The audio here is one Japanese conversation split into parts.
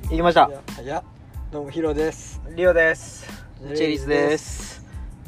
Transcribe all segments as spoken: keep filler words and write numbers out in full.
行きましたいやいやどうもヒロです。 リオですチェリスです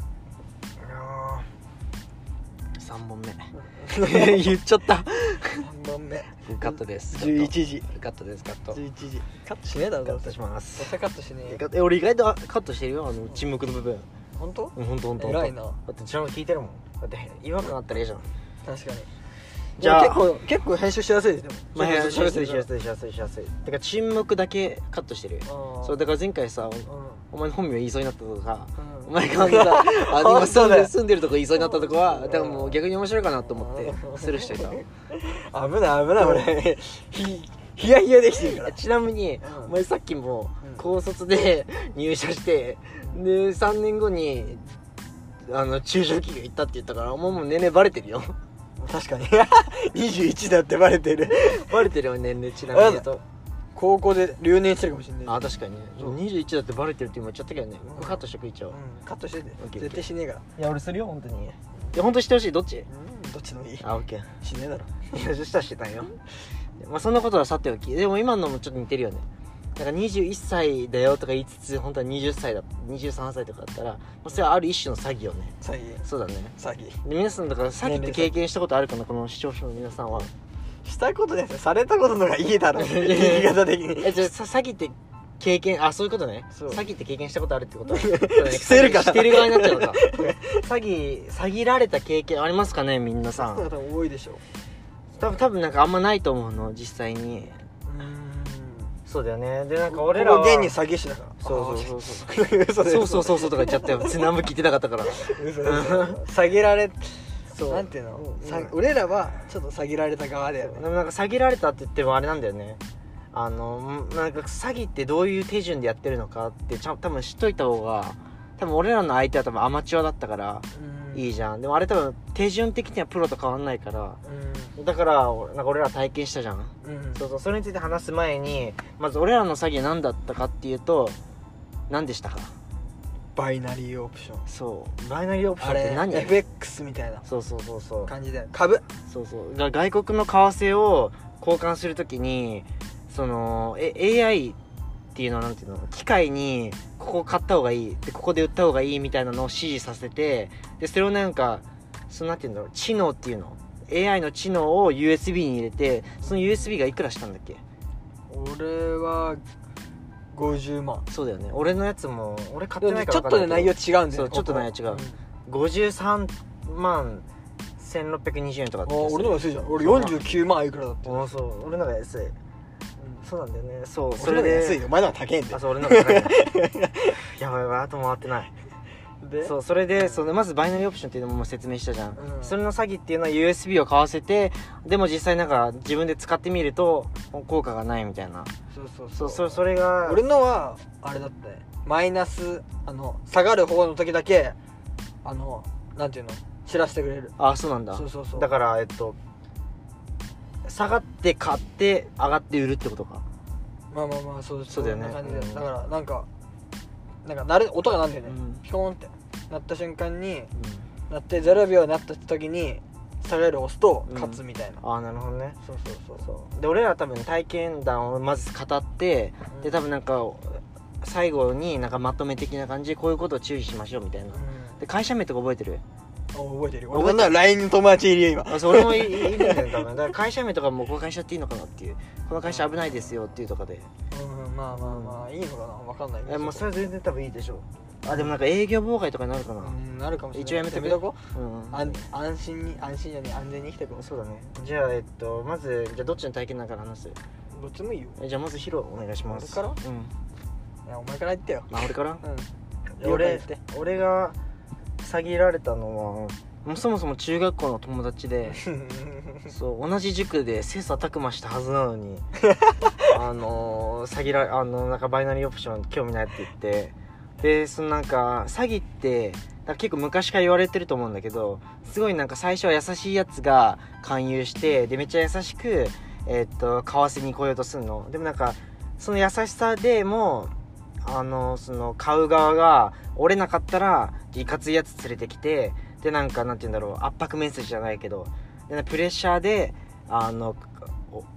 さんぼんめ言っちゃったさんぼんめカットですじゅういちじカットですカットじゅういちじカットしねえだろ。 カットします絶対カットしねえよ。 え俺意外とカットしてるよあの沈黙の部分本当？ うんほんとほんと偉いな。 だってちゃんと聞いてるもんだって違和感あったらいいじゃん確かに。 じゃあ結構結構編集しやすいです。でもまあしやすいしやすいしやい。 すいしやすいしやすいだから沈黙だけカットしてるあーそうだから前回さうんお前の本名言いそうになったとかさうんお前があのさあの今住んで本当だよ住んでるとこ言いそうになったとこはうん多分もう逆に面白いかなと思ってうんスルーしてた危ない危ない俺ひヒヤヒヤできてるから。 ちなみに、 うんお前さっきもうん高卒で入社してでさんねんごにあの中小企業行ったって言ったからお前もう年齢バレてるよ確かににじゅういちだってバレてる。 バレてるよ年齢ちなみに言うと高校で留年してるかもしれない。 あ確かにねそうにじゅういちだってバレてるって今言っちゃったけどねこれカットしとく一応うんカットしててオッケー絶対しねえから。 いや俺するよ本当にいや本当にしてほしいどっちうんどっちでもいい。 あオッケーしねえだろ。 いやそしたらしてたんよまあそんなことはさておきでも今のもちょっと似てるよねだからにじゅういっさいだよとか言いつつ本当ははたちだにじゅうさんさいとかだったら、まあ、それはある一種の詐欺よね詐欺そうだね詐欺で皆さんだから詐欺って経験したことあるかなこの視聴者の皆さんはしたことですよ。されたことのがいいだろ。言い方的に。 えじゃあさ詐欺って経験あそういうことねそう詐欺って経験したことあるってことはしてるからしてる側になっちゃうのか詐欺詐欺られた経験ありますかねみんなさんそう多分多いでしょう。 多分多分なんかあんまないと思うの実際にうーんそうだよねでなんか俺らはここ現に詐欺師だから。 そうそうそうそう嘘だよそうそうそうそうとか言っちゃったよ別に何も聞いてなかったから嘘だよ詐欺られそうなんていうの、 うんさ俺らはちょっと詐欺られた側だよね。 でもなんか詐欺られたって言ってもあれなんだよねあのなんか詐欺ってどういう手順でやってるのかってちゃん多分知っといた方が多分俺らの相手は多分アマチュアだったからうんいいじゃんでもあれ多分手順的にはプロと変わんないからうだからなんか俺ら体験したじゃんんうんそうそうそれについて話す前にまず俺らの詐欺は何だったかっていうと何でしたかバイナリーオプション。 そうバイナリーオプショあれンって何エフエックス みたいなそうそうそうそう感じで株。 そうそうが外国の為替を交換するときにそのえ エーアイ っていうのはなんていうの機械にここ買った方がいいでここで売った方がいいみたいなのを指示させてでそれをなんかそのなんていうんだろう知能っていうの エーアイ の知能を ユーエスビー に入れてその ユーエスビー がいくらしたんだっけ俺はごじゅうまん。 そうだよね俺のやつも俺買ってないかちょっとねら分かんないけど内容違うんだよね。 そうちょっと内容違うごじゅうさんまんせんろっぴゃくにじゅうえんとかだったあ俺の方が安いじゃん。俺よんじゅうきゅうまんいくらだって。 あそう俺のが安いそうなんだよねそうそそれれでで安いよ。お前の方が高いんだよ。 あそう俺のが高いなやばいやばいあと回ってないでそうそれでそのまずバイナリーオプションっていうのももう説明したじゃん、 うんそれの詐欺っていうのは ユーエスビー を買わせてでも実際なんか自分で使ってみると効果がないみたいなそうそうそうそれそれが俺のはあれだったね。マイナスあの下がる方の時だけあのなんていうの知らせてくれる。 あそうなんだそうそうそうだからえっと下がって買って上がって売るってことかまあまあまあそうそうだよねんな感じで、 うんだからなんかなんか鳴る音が鳴るんだよね、 うんピコーンって鳴った瞬間に鳴ってゼロびょうになった時に下がるを押すと勝つみたいな、 ああなるほどねそうそうそうそうで俺らは多分体験談をまず語ってうんで多分なんか最後になんかまとめ的な感じでこういうことを注意しましょうみたいなうんで会社名とか覚えてるあ覚えてるよ。 覚えてる俺なんなら ライン の友達いるよ今。 あそれもいいいいんだよね多分だから会社名とかもこの会社っていいのかなっていうこの会社危ないですよっていうとかでうんまあまあまあいいのかなわかんないけどえもうそれは全然多分いいでしょあでもなんか営業妨害とかになるかなうんなるかもしれない。 一応やめてくとこうん安安心に安心じゃねえ安全に生きてこう。 そうだねじゃあえっとまずじゃあどっちの体験談から話すどっちもいいよ。 えじゃあまずヒロお願いします俺からうんいやお前から言ってよ。 あ俺からうん俺了解言って俺が詐欺られたのはもうそもそも中学校の友達でそう同じ塾で切磋琢磨したはずなのにあのー、詐欺らあのなんかバイナリーオプション興味ないって言ってでそのなんか詐欺ってだから結構昔から言われてると思うんだけどすごいなんか最初は優しいやつが勧誘してでめっちゃ優しくえー、っと為替に来ようとするのでもなんかその優しさでもあのその買う側が折れなかったらいかついやつ連れてきてでなんかなんて言うんだろう圧迫面接じゃないけどでプレッシャーであの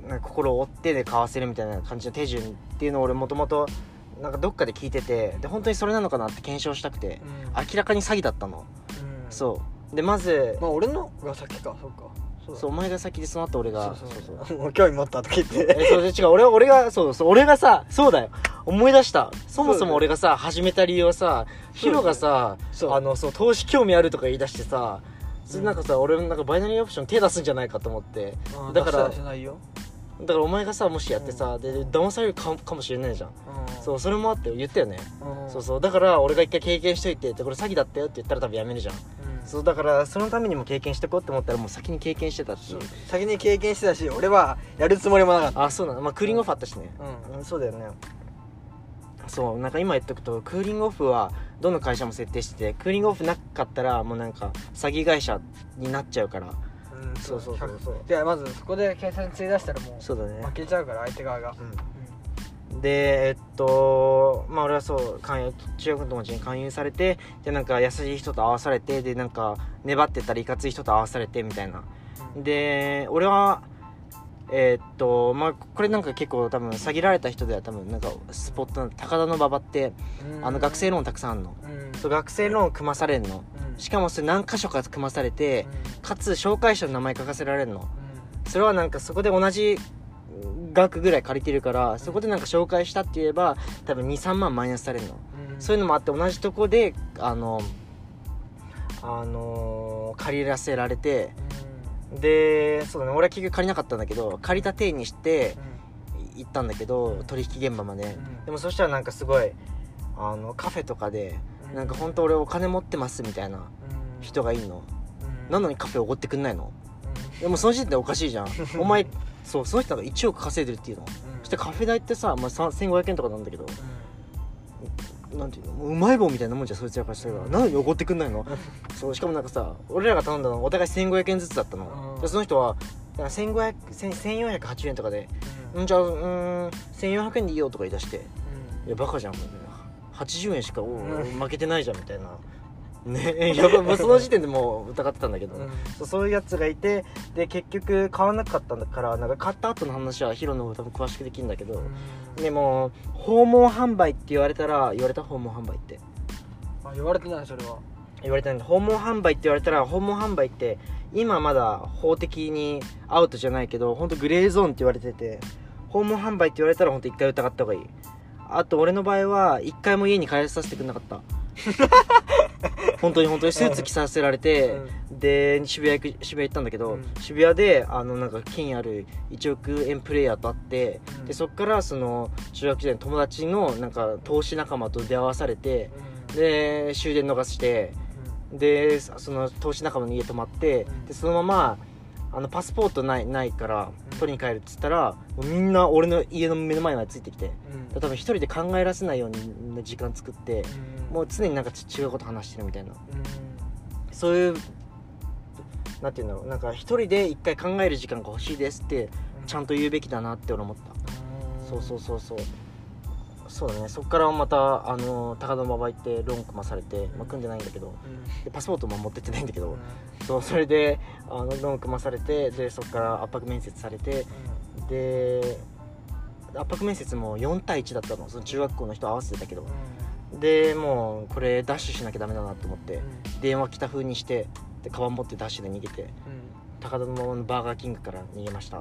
なんか心を折ってで買わせるみたいな感じの手順っていうのを俺もともとなんかどっかで聞いてて、で本当にそれなのかなって検証したくて、 うん、 明らかに詐欺だったの、うん、そうでまずまあ俺のが先か。そうか、 そうそうお前が先でその後俺がそうそうそうもう興味持ったとか言ってえそうで違う俺俺がそうそう俺がさそうだよ思い出した。そもそも俺がさ始めた理由はさヒロがさあのそう投資興味あるとか言い出してさ、うん、なんかさ俺なんかバイナリーオプション手出すんじゃないかと思って、だから出しないよ。 だからお前がさもしやってさ、うん、で騙される か, かもしれないじゃん、うん、そうそれもあって言ったよね、うん、そうそうだから俺が一回経験しといて、でこれ詐欺だったよって言ったら多分やめるじゃん、うん、そうだからそのためにも経験してこうって思ったらもう先に経験してたっていう。 先に経験してたし俺はやるつもりもなかった。 あそうなの、まあクーリングオフあったしね、うん、うん、そうだよね。そうなんか今言っとくとクーリングオフはどの会社も設定してて、クーリングオフなかったらもうなんか詐欺会社になっちゃうから、うん、そうそうそうそう。 でまずそこで警察に連れ出したらもうそうだね負けちゃうから相手側が、 うん、でえっとまあ俺はそう勧誘中学の友達に勧誘されて、でなんか優しい人と会わされて、でなんか粘ってたらいかつい人と会わされてみたいな、うん、で俺はえー、っとまあこれなんか結構多分詐欺られた人では多分なんかスポットの高田の馬場って、うん、あの学生ローンたくさんあるの、うん、そう学生ローン組まされるの、うん、しかもそれ何箇所か組まされて、うん、かつ紹介者の名前書かせられるの、うん、それはなんかそこで同じ額ぐらい借りてるから、うん、そこでなんか紹介したって言えば多分 にさんまんマイナスされるの、うん、そういうのもあって同じとこであのあのー、借りらせられて、うん、でそうだね俺は結局借りなかったんだけど借りた体にして行ったんだけど、うん、取引現場まで、うん、でもそしたらなんかすごいあのカフェとかで、うん、なんか本当俺お金持ってますみたいな人がいいの、うん、なのにカフェおごってくんないの、うん、でもその時点でおかしいじゃんお前そうその人がいちおく稼いでるっていうの、うん、そしてカフェ代ってさ、まあ、せんごひゃくえんとかなんだけど、うん、なんていうのうまい棒みたいなもんじゃんそいつらからしたら、うん、なのにおごってくんないのそうしかもなんかさ俺らが頼んだのお互いせんごひゃくえんずつだったの、うん、でその人はせんごひゃく、せんよんひゃくはちじゅうえんとかで、うん、じゃあうーんせんよんひゃくえんでいいよとか言い出して、うん、いやバカじゃんもうはちじゅうえんしか、うん、負けてないじゃんみたいなね、やばもうその時点でもう疑ってたんだけど、うん、そう、そういうやつがいて、で結局買わなかったんだからなんか買った後の話はヒロの方が多分詳しくできるんだけど、うん、でも訪問販売って言われたら言われた訪問販売ってあ言われてないそれは言われてないんだ。訪問販売って言われたら訪問販売って今まだ法的にアウトじゃないけど本当グレーゾーンって言われてて、訪問販売って言われたら本当一回疑った方がいい。あと俺の場合は一回も家に帰させてくれなかった本当に本当にスーツ着させられて、うん、で渋谷行く渋谷行ったんだけど、うん、渋谷であのなんか金あるいちおくえんプレイヤーと会って、うん、でそっからその中学時代の友達のなんか投資仲間と出会わされて、うん、で終電逃して、うん、でその投資仲間の家泊まって、うん、でそのままあのパスポートないないから取りに帰るっつったら、うん、みんな俺の家の目の前までついてきて、うん、多分一人で考えらせないように時間作って、うん、もう常になんか違うこと話してるみたいな、うん、そういうなんていうんだろう、なんか一人で一回考える時間が欲しいですってちゃんと言うべきだなって俺思った、うん、そうそうそうそうそうだね。そっからまたあの高田馬場行ってローン組まされて、まあ、組んでないんだけど、うん、でパスポートも持ってってないんだけど、うん、そうそれであのローン組まされて、でそっから圧迫面接されて、うん、で圧迫面接もよんたいいちだったの、その中学校の人合わせてたけど、うん、でもうこれダッシュしなきゃダメだなと思って、うん、電話来た風にしてでカバン持ってダッシュで逃げて、うん、高田馬場のバーガーキングから逃げました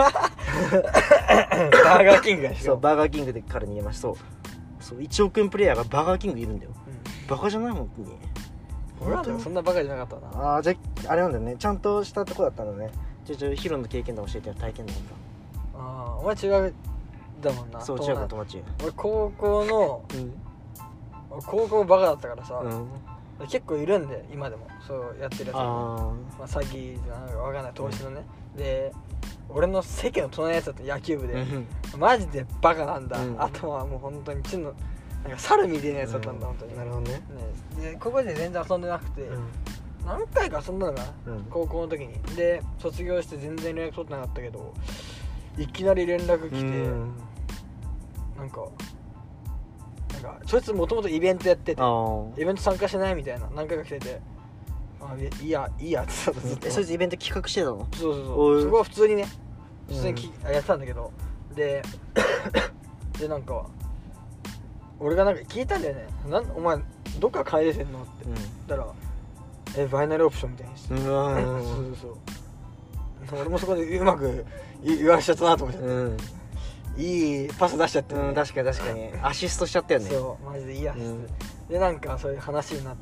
バーガーキングがそうバーガーキングでから逃げました。そうそういちおくえんプレイヤーがバーガーキングいるんだよ、うん、バカじゃない本当に。 俺はでもそんなバカじゃなかったな。 ああじゃああれなんだよね、ちゃんとしたとこだったのね。ちょちょヒロの経験談教えてよ、体験談か。 ああお前違うだもんな。 そう中学の友達。 俺高校の、うん、俺高校バカだったからさ、うん、結構いるんで今でもそうやってるやつ、あ、まあ、詐欺じゃなんか分かんない投資のね、うん、で俺の席の隣のやつだった野球部で、うん、マジでバカなんだ、うん、あとはもう本当にちのなんか猿みたいなやつだったんだ、うん、本当に。 なるほどね。 ねで高校で全然遊んでなくて、うん、何回か遊んだのかな、うん、高校の時に。で卒業して全然連絡取ってなかったけどいきなり連絡来て、うん、なんかなんかそいつもともとイベントやっててイベント参加してないみたいな何回か来てて、あいいやいいやって言ってた。 えそいつイベント企画してたの？ そうそうそう。そこは普通にね普通にき、うん、やってたんだけど、ででなんか俺がなんか聞いたんだよね。なんお前どっから買い出てんのって、うん、だからえバイナリーオプションみたいにして、うん、そうそうそう。俺もそこでうまく言わしちゃったなと思っちゃって、うん、いいパス出しちゃって、ね、 うん、確かに確かにアシストしちゃったよね。 そうマジでいいアシスト、うん、でなんかそういう話になって、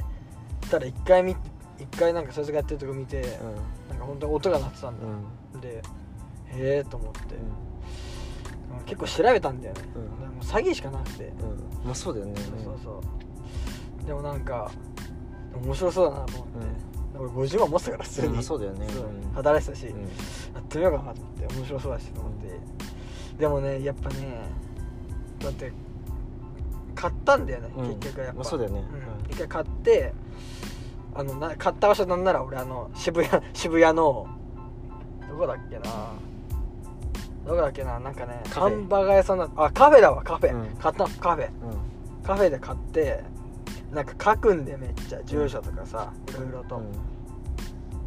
うん、ただ一回見一回なんかそいつがやってるとこ見て、うん、なんか本当に音が鳴ってたんだ、うん、でへえと思って、うん、結構調べたんだよね、うん、もう詐欺しかなくて、 うん、まあそうだよね。 そうそうそう。でもなんか面白そうだなと思って、うん、俺ごじゅうまん持ってたから普通に、 うん、まあそうだよね、 うん、働いてたし、うん、やってみようかなと思って面白そうだしと思って、うん、でもねやっぱねだって買ったんだよね、うん、結局やっぱ、 まあ、そうだよね、 うん、一回買ってあのな買った場所なんなら俺あの渋谷渋谷のどこだっけなどこだっけななんかねハンバーガー屋さんだあカフェだわカフェ、うん、買ったカフェ、うん、カフェで買ってなんか書くんでめっちゃ住所とかさ、うん、いろいろと、うん、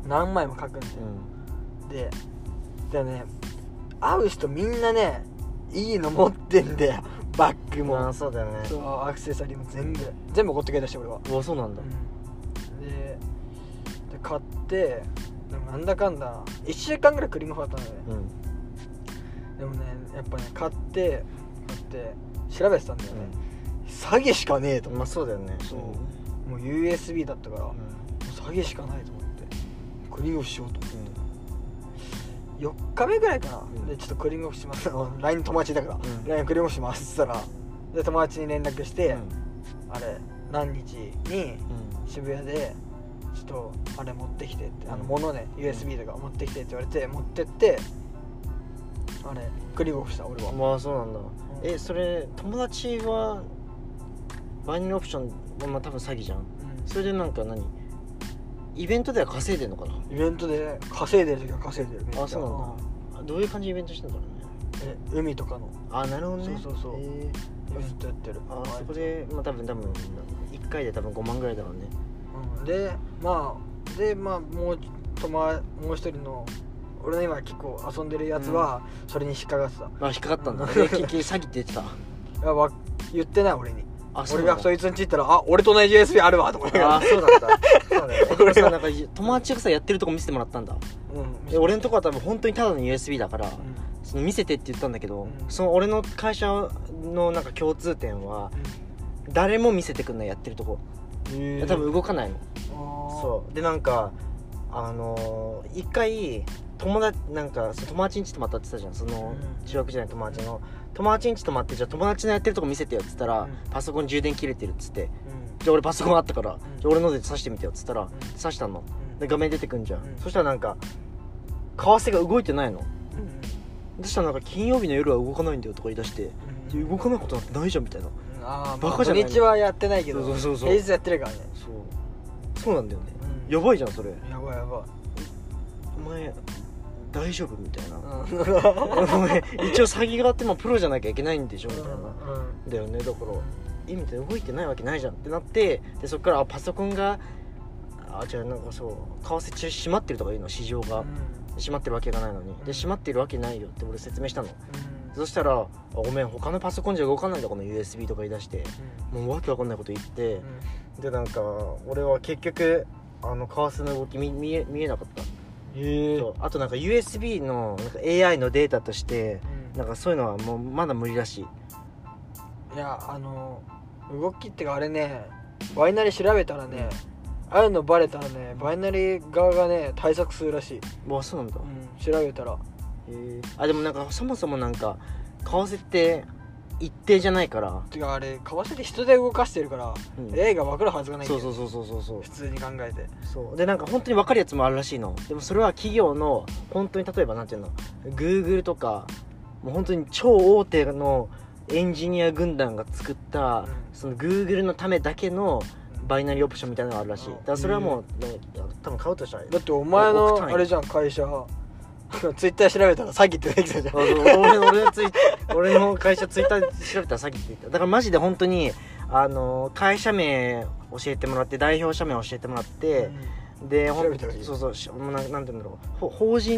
何枚も書くんで、うん、ででね会う人みんなねいいの持ってんだよバッグも、 あそうだよね、 そうアクセサリーも全部全部怒ってくれたし俺は。 おそうなんだ、 うん、で, で買ってなんだかんだいっしゅうかんぐらいクリームファーったのよね、うん、でもねやっぱね買って買って調べてたんだよね、うん、詐欺しかねえと思って。 まあそうだよね。 そうもう ユーエスビー だったから、うん、もう詐欺しかないと思ってクリームオフしようと思って、うん、よっかめぐらいかな、うん、でちょっとクリームオフします ライン 友達だから、うん、ライン クリームオフしますって言ったらで友達に連絡して、うん、あれ何日に渋谷でちょっとあれ持ってきてって、うん、あの物ね ユーエスビー とか持ってきてって言われて持ってってあれクリームオフした俺は。 まあそうなんだ、うん、えそれ友達はバイナリーオプションまあ多分詐欺じゃん、うん、それでなんか何イベントでは稼いでんのかな。 イベントで稼いでる時は稼いでるね。 あそうなんだ。どういう感じでイベントしてんだろうね。 え海とかのあなるほどね。 そうそうそう、えー、イベントやってる。 あそこでまあ多分多分いっかいで多分ごまんぐらいだろうね、 うん、でまあでまあもうとまもう一人の俺の今結構遊んでるやつはそれに引っかかってた、 うん、あ引っかかったんだ。で結局詐欺って言ってた。いやわ言ってない俺に。俺がそいつに言ったらあ俺と同じ ユーエスビー あるわと思ってあそうなんだそうだよね。俺さなんか友達がさやってるとこ見せてもらったんだ、うん、で俺のとこは多分本当にただの ユーエスビー だから、うん、その見せてって言ったんだけど、うん、その俺の会社のなんか共通点は、うん、誰も見せてくんないやってるとこ、多分動かないの。そうでなんかあのー、一回友達なんかその友達ん家泊まったって言ってたじゃん、その中学時代の友達の友達ん家泊まって、じゃあ友達のやってるとこ見せてよっつったら、うん、パソコン充電切れてるっつって、うん、じゃあ俺パソコンあったから、うん、じゃあ俺ので挿してみてよっつったら、うん、挿したの、うん、で画面出てくんじゃん、うん、そしたらなんか為替が動いてないの、うん、そしたらなんか金曜日の夜は動かないんだよとか言い出して、うん、動かないことなんてないじゃんみたいな、 あバカじゃないの。土日はやってないけどそうそうそう平日やってるからね。 そうそうなんだよね、うん、やばいじゃんそれ。やばいやばいお前大丈夫みたいな、うん、一応詐欺側ってもプロじゃなきゃいけないんでしょみたいな、うん、だよね。だから意味で動いてないわけないじゃんってなって、でそっからあパソコンがあじゃあなんかそう為替中閉まってるとかいうの市場が、うん、閉まってるわけがないのに、で閉まってるわけないよって俺説明したの、うん、そしたらごめん他のパソコンじゃ動かないんだこの ユーエスビー とか言い出して、うん、もうわけわかんないこと言って、うん、でなんか俺は結局あの為替の動き 見, 見, え見えなかった。へそうあとなんか ユーエスビー のなんか エーアイ のデータとして、うん、なんかそういうのはもうまだ無理らしい。 いやあの動きってかあれねバイナリ調べたらね、うん、ああいうのバレたらねバイナリ側がね対策するらしい。 あそうなんだ、うん、調べたら。 へあでもなんかそもそもなんか為替って一定じゃないから。 てかあれ為替で人で動かしてるから、うん、エーアイ が分かるはずがないんだよ。 そうそうそうそうそう普通に考えて。 そうでなんか本当に分かるやつもあるらしいの。でもそれは企業の本当に例えばなんていうの Google とかもう本当に超大手のエンジニア軍団が作った、うん、その Google のためだけのバイナリーオプションみたいなのがあるらしい。だからそれはもう、ね、多分買うとしたらだってお前のあれじゃん会社ツイッター調べたら詐欺って出てきたじゃん。俺俺のツイ俺の会社ツイッター調べたら詐欺って言った。だからマジで本当にあの会社名教えてもらって代表者名教えてもらって、うん、でほんそうそうななんて言うんだろう法人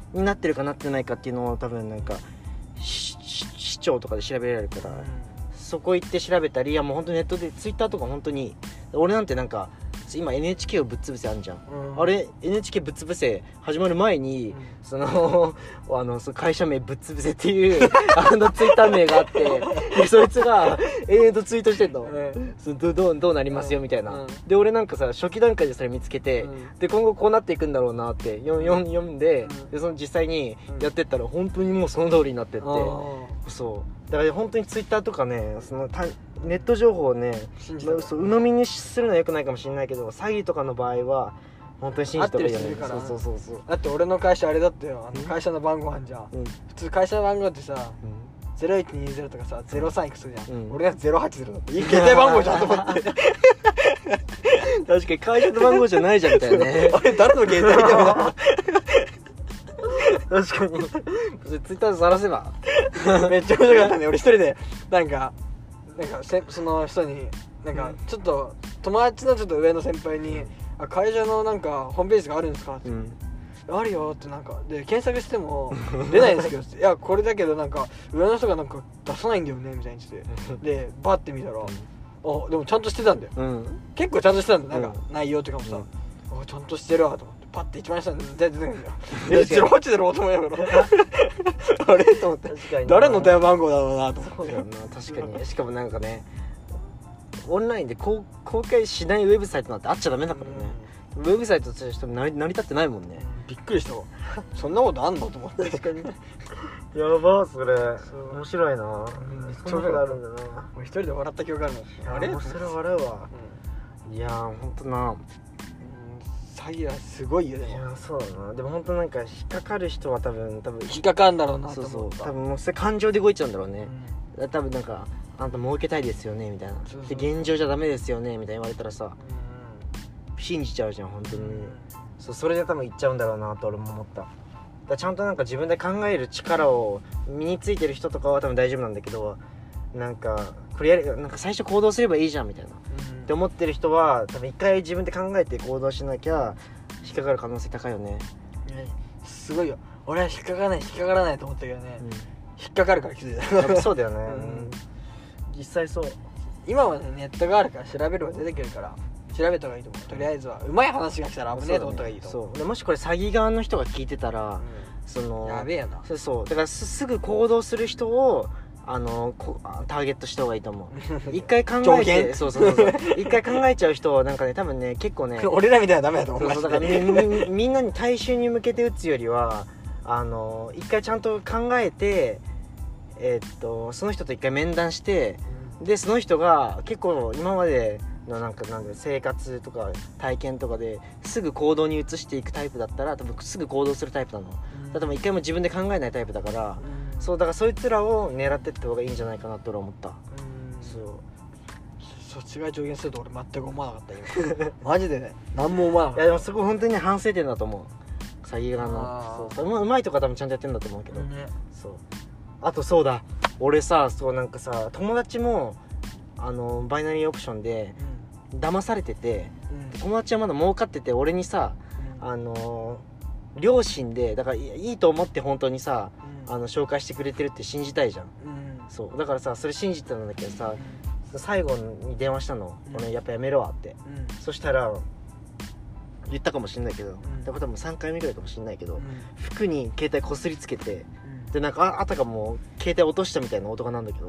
になってるかなってないかっていうのを多分なんか市長とかで調べられるから、うん、そこ行って調べたり、いやもう本当ネットでツイッターとか本当に俺なんてなんか今 エヌエイチケー をぶっ潰せあんじゃん、うん、あれ エヌエイチケー ぶっ潰せ始まる前に、うん、そのあのその会社名ぶっ潰せっていうあのツイッター名があってでそいつが永遠とツイートしてんの、うん、その ど, ど, うどうなりますよみたいな、うん、で俺なんかさ初期段階でそれ見つけて、うん、で今後こうなっていくんだろうなって読んで、うん、でその実際にやってったら本当にもうその通りになってって、うん、そうだから本当にツイッターとかねそのネット情報をね、まあ、そう鵜呑みにするのは良くないかもしれないけど詐欺とかの場合は本当に信じた方がいいよね。そうそうそうそう。 だって俺の会社あれだったよ、あの会社の番号あんじゃん、うん、普通会社の番号ってさ、うん、ゼロいちにゼロとかさゼロさんいくするじゃん、うん、俺がゼロはちゼロだった携帯番号じゃんと思って確かに会社の番号じゃないじゃんみたいなねあれ誰の携帯だよ確かにツイッターで晒せばめっちゃ面白かったね。俺一人でなんかなんかせその人になんかちょっと友達のちょっと上の先輩に、あ会社のなんかホームページがあるんですかって、うん、あるよってなんかで検索しても出ないんですけどいやこれだけどなんか上の人がなんか出さないんだよねみたいにしてでバッて見たら、あでもちゃんとしてたんだよ、うん、結構ちゃんとしてたんだよ、なんか内容とかもさ、うん、あちゃんとしてるわと思ってパッて一番下に出てくるんだよえゼロはちゼロと思いながらあれと思って誰の電話番号だろうなと思って。 そうだよな確かにしかもなんかねオンラインで公開しないウェブサイトなんてあっちゃダメだからね、うん、ウェブサイトとしても成り立ってないもんね。 びっくりしたわそんなことあんのと思って確かにやばそれ面白いな、うん、そんなことあるんだな。 俺一人で笑った記憶あるもん。 あれそれ笑うわ、うん、いやーほんとな、うん、 詐欺はすごいよでも。 いやそうだな。でもほんとなんか引っかかる人は多分多分引っかかんだろうなと思った。 そうそう多分もうそれ感情で動いちゃうんだろうね、うん、多分なんかあんた儲けたいですよねみたいな、そうそうで現状じゃダメですよねみたいな言われたらさ、うん、信じちゃうじゃん本当に、うん、そうそれで多分言っちゃうんだろうなと俺も思った。だからちゃんとなんか自分で考える力を身についてる人とかは多分大丈夫なんだけど、なんかこれやるなんか最初行動すればいいじゃんみたいな、うん、って思ってる人は多分一回自分で考えて行動しなきゃ引っかかる可能性高いよね。 すごいよ。俺は引っかからない引っかからないと思ったけどね、うん、引っかかるから気づいた。 やっぱそうだよね、うん実際そう。 今はねネットがあるから調べれば出てくるから調べた方がいいと思う。とりあえずはうまい話が来たら危ねえと思った方がいいと思う。 そうでもしこれ詐欺側の人が聞いてたら、うん、そのやべえな。 そうそうだから す, すぐ行動する人をあのこターゲットした方がいいと思う。一回考えてそうそうそう一回考えちゃう人はなんかね多分ね結構ね俺らみたいなダメだと思う。 そうそうだから み, み, みんなに大衆に向けて打つよりはあの一回ちゃんと考えてえー、っとその人と一回面談して、うん、でその人が結構今までのなんかなんか生活とか体験とかですぐ行動に移していくタイプだったら多分すぐ行動するタイプなの、うん、だから一回も自分で考えないタイプだから、うん、そうだからそいつらを狙ってった方がいいんじゃないかなと俺は思った、うん、そうそっちが上限すると俺全く思わなかった今マジでね何も思わなかった。 いやでもそこ本当に反省点だと思う詐欺側の。そうそううまいとか多分ちゃんとやってるんだと思うけど、ね、そうあとそうだ俺さそうなんかさ友達もあのバイナリーオプションで騙されてて、うん、友達はまだ儲かってて俺にさ、うん、あの両親でだからいいと思って本当にさ、うん、あの紹介してくれてるって信じたいじゃん、うん、そうだからさそれ信じてたんだけどさ、うん、最後に電話したの、うん、俺やっぱやめろわって、うん、そしたら言ったかもしんないけど、うん、多分さんかいめぐらいかもしんないけど、うん、服に携帯こすりつけて、うん、でなんか あ, あたかも携帯落としたみたいな音がなんだけど、うん、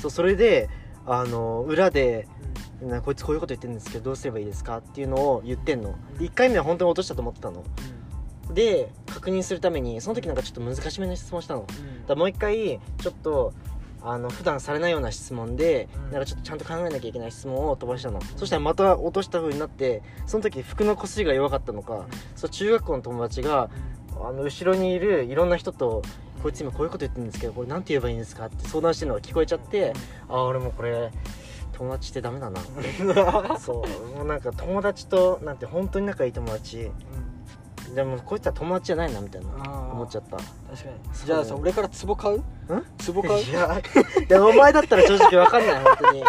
そうそれであの裏で、うん、なこいつこういうこと言ってるんですけどどうすればいいですかっていうのを言ってんの、うん、いっかいめは本当に落としたと思ってたの、うん、で確認するためにその時なんかちょっと難しめの質問したの、うん、だからもう一回ちょっとあの普段されないような質問で、うん、なんかちょっとちゃんと考えなきゃいけない質問を飛ばしたの、うん、そしたらまた落とした風になってその時服のこすりが弱かったのか、うん、そう中学校の友達が、うん、あの後ろにいるいろんな人とこいつ今こういうこと言ってるんですけどこれなんて言えばいいんですかって相談してるのが聞こえちゃって、うん、あ俺もこれ友達ってダメだなってそうもうなんか友達となんて本当に仲いい友達、うん、でもこいつは友達じゃないなみたいな思っちゃった。 確かに。じゃあさ俺から壺買う？ん？壺買う？ いやいやお前だったら正直わかんない本当に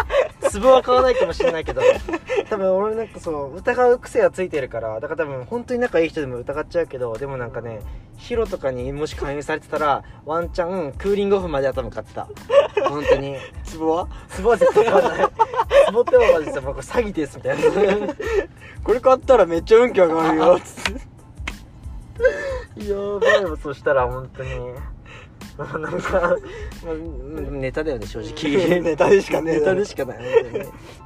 壺は買わないかもしれないけど多分俺なんかそう疑う癖がついてるからだから多分本当に仲いい人でも疑っちゃうけどでもなんかねヒロとかにもし勧誘されてたらワンチャンクーリングオフまでは多分買ってた本当に壺は壺は絶対買わない壺ってもマジで僕詐欺ですみたいなこれ買ったらめっちゃ運気上がるよつってやばいわそしたら本当にまあなんか、まあ、ネタだよね正直ネタでしかねえネタでしかない本当にいや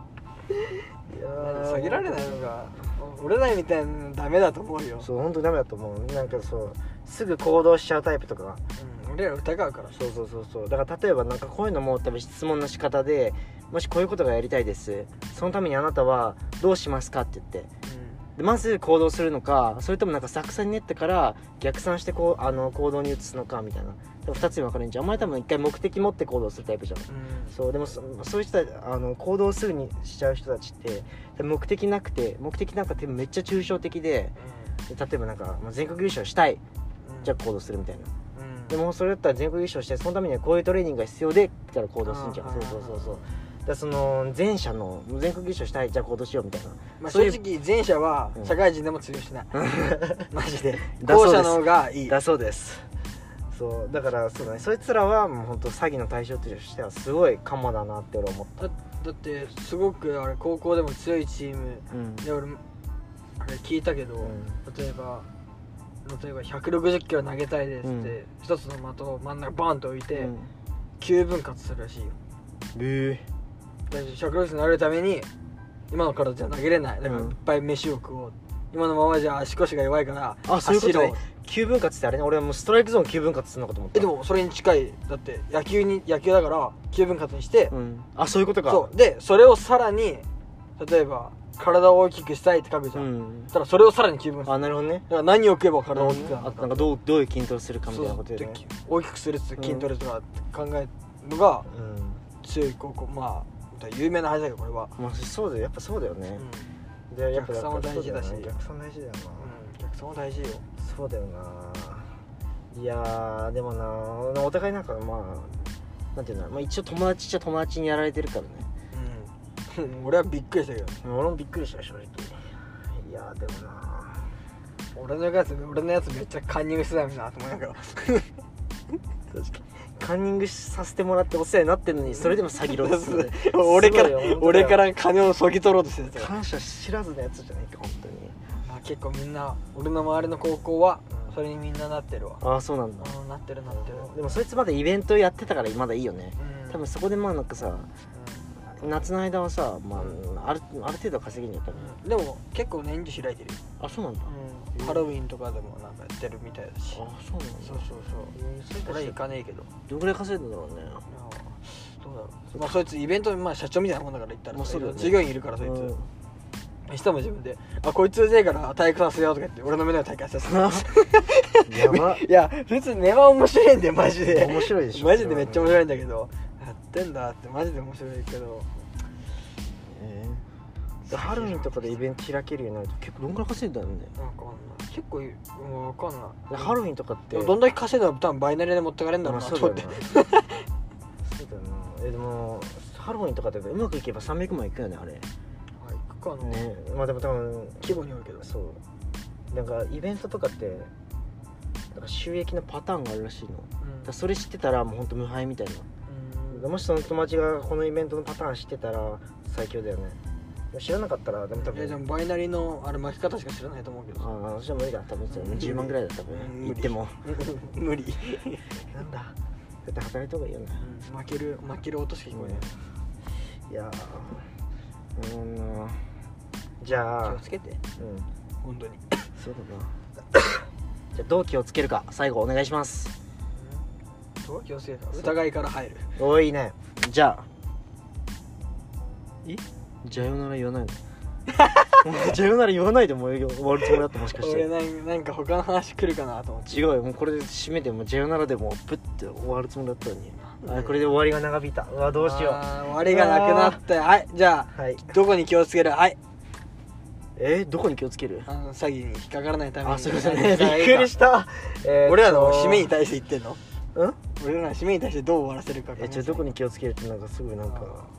下げられないのが俺らみたいなのダメだと思うよ。 そう本当にダメだと思う。なんかそうすぐ行動しちゃうタイプとか、 うん、俺ら疑うから。 そうそうそうそうだから例えばなんかこういうのも多分質問の仕方でもしこういうことがやりたいですそのためにあなたはどうしますかって言ってでまず行動するのかそれともなんか作戦練ってから逆算してこうあの行動に移すのかみたいなふたつに分かれるんじゃん。お前多分一回目的持って行動するタイプじゃん、うん、そうでも そ, そういう人たちあの行動すぐにしちゃう人たちって目的なくて目的なんかってめっちゃ抽象的 で,、うん、で例えばなんか全国優勝したい、うん、じゃあ行動するみたいな、うん、でもそれだったら全国優勝してそのためにはこういうトレーニングが必要でから行動するんじゃん。そうそうそうそうだその前者の全国優勝したいじゃあ行動しようみたいな、 まあ、正直前者は社会人でも通用しない、うん、マジで後者の方がいいだそうです。そうだからそうだねそいつらはもう本当詐欺の対象としてはすごいカモだなって俺思った。 だ, だってすごくあれ高校でも強いチーム、うん、で俺あれ聞いたけど、うん、例えば例えばひゃくろくじゅっキロ投げたいですって、うん、一つの的を真ん中バーンと置いて、うん、きゅうぶん割するらしいよ。 えーひゃくろくじゅうになるために今の体じゃ投げれないだからいっぱい飯を食おう、うん、今のままじゃ足腰が弱いからあそういうことね。きゅうぶん割ってあれね俺はもうストライクゾーンきゅうぶん割するのかと思った。 えでもそれに近いだって野球に野球だからきゅうぶん割にして、 うん、あそういうことか。 そうでそれをさらに例えば体を大きくしたいって書くじゃん、うん、だからそれをさらにきゅうぶんあなるほどね。 だから何を食えば体を大きくなるのか、 あとなんかどうどういう筋トレするかみたいなことで、ね、 大きくするって筋トレとか考えるのが強い高校、まあ有名な話だけどこれは、 まあ、そうだよやっぱそうだよね、 うん、でやっぱ逆算も大事だし逆算大事だよな、 うん、逆算も大事よ。 そうだよないやーでもなお互いなんかまあなんていうの、まあ、一応友達っちゃ友達にやられてるからね、 うん、俺はびっくりしたけど、ね、 俺もびっくりした正直。いやーでもな俺のやつ俺のやつめっちゃカンニングしてたよなと思いながら確かにカンニングさせてもらってお世話になってるのにそれでも詐欺ろうとする俺から俺から金をそぎ取ろうとしてた。 感謝知らずのやつじゃないか本当に。 まあ結構みんな俺の周りの高校はそれにみんななってるわ。 ああそうなんだ。 あなってるなってる。 でもそいつまだイベントやってたからまだいいよね、うん、多分そこでまあなんかさ、うん、夏の間はさ、まあ、うん、あるある程度稼ぎにやったの、 うん、でも結構年中開いてるよ。 あそうなんだ、 うん、ハロウィンとかでもなんかやってるみたいだし。 あそうなんだ。 そうそうそう、えー、それ俺は行かねえけどどんぐらい稼いだんだろうね。 どうだろう。まあそいつイベント、まあ、社長みたいなもんだから行ったら、まあそうだよね、従業員いるからそいつ、うん人も自分であこいつうぜえから体育させようとか言って俺の目の前で体育させたやばいや普通根は面白いんだよマジで。 面白いでしょマジでめっちゃ面白いんだけどやってんだってマジで面白いけど、 えー、ハロウィンとかでイベント開けるようになると結構どんぐらい稼いだんだよ。 分かんない結構分かんない。 ハロウィンとかってどんだけ稼いだら多分バイナリで持ってかれるんだろうなと思って。 そうだよなえでもハロウィンとかってうまくいけばさんびゃくまんいくよねあれ。 かなね、まあでも多分規模によるけどそうなんかイベントとかってなんか収益のパターンがあるらしいの、うん、だそれ知ってたらもうほんと無敗みたいな、うん、もしその友達がこのイベントのパターン知ってたら最強だよね。知らなかったらでも多分でもバイナリのあれ巻き方しか知らないと思うけどさ。 ああ私は無理だ多分じゅうまんぐらいだった多分言っても無理なんだだって働いた方がいいよね、 うん、負ける負ける音しか聞こえない、 うん、いやーうんじゃあ気をつけて、うん、本当にそうだなじゃあどう気をつけるか最後お願いします、 うん、どう気をつけるか疑いから入る。 おいいね。じゃあえじゃよなら言わないのじゃよなら言わないでもう終わるつもりだったもしかして。 俺なんか他の話来るかなと思って。 違うよもうこれで締めてもじゃよならでもプッて終わるつもりだったのにあこれで終わりが長引いた。うわどうしよう終わりがなくなったはいじゃあ、はい、どこに気をつけるはいえー、どこに気をつけるあの詐欺に引っかからないために。 あそうですねびっくりした、 えー、俺らの締めに対して言ってんのうん俺らの締めに対してどう終わらせるかえちょどこに気をつけるってなんかすごいなんか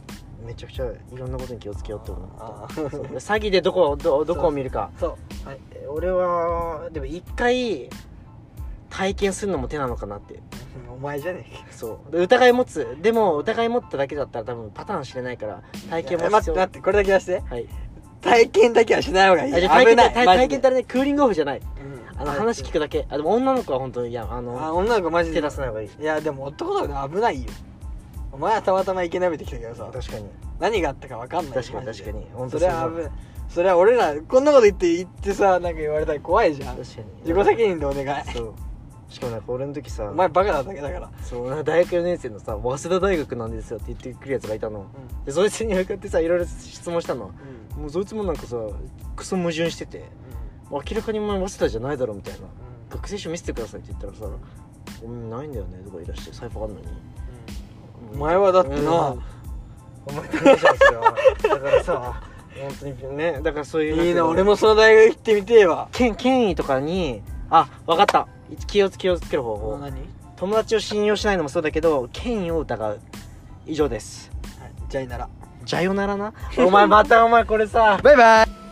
めちゃくちゃいろんなことに気をつけようって思った詐欺でどこどどこを見るか。 そう、 はい、俺はでも一回体験するのも手なのかなって。 お前じゃねえか。 そう疑い持つ。でも疑い持っただけだったら多分パターン知れないから体験も必要。 待って待ってこれだけ言わせて、 はい、 体験だけはしない方がいい。 あじゃ体験危ない体体験ってあれねクーリングオフじゃない、 うん、 あの話聞くだけ。あでも女の子は本当にいやあのあ女の子マジで手出さない方がいい。 いやでも男の子で危ないよ。お前はたまたま生き延びてきたけどさ、 確かに何があったか分かんない。 確かに確かにそれは危ない。それは俺らこんなこと言って言ってさなんか言われたら怖いじゃん。 確かに自己責任でお願い。 そうしかもなんか俺の時さお前バカなだけだから。 そうなんか大学よねん生のさ早稲田大学なんですよって言ってくるやつがいたの、うん、でそいつに向かってさいろいろ質問したの、うん、もうそいつもなんかさクソ矛盾してて、うん、明らかにお前早稲田じゃないだろみたいな、うん、学生証見せてくださいって言ったらさごめんないんだよねとか言い出して財布あんのに、 うん、お前はだってな、うん、 お前ダメじゃんそれはだからさ本当にねだからそういういいな俺もその大学行ってみてえわ。 権権威とかにあ分かった気をつけをつける方法。 何？ 友達を信用しないのもそうだけど権威を疑う。以上です。 はい、じゃあいならじゃよならなお前またお前これさバイバイ。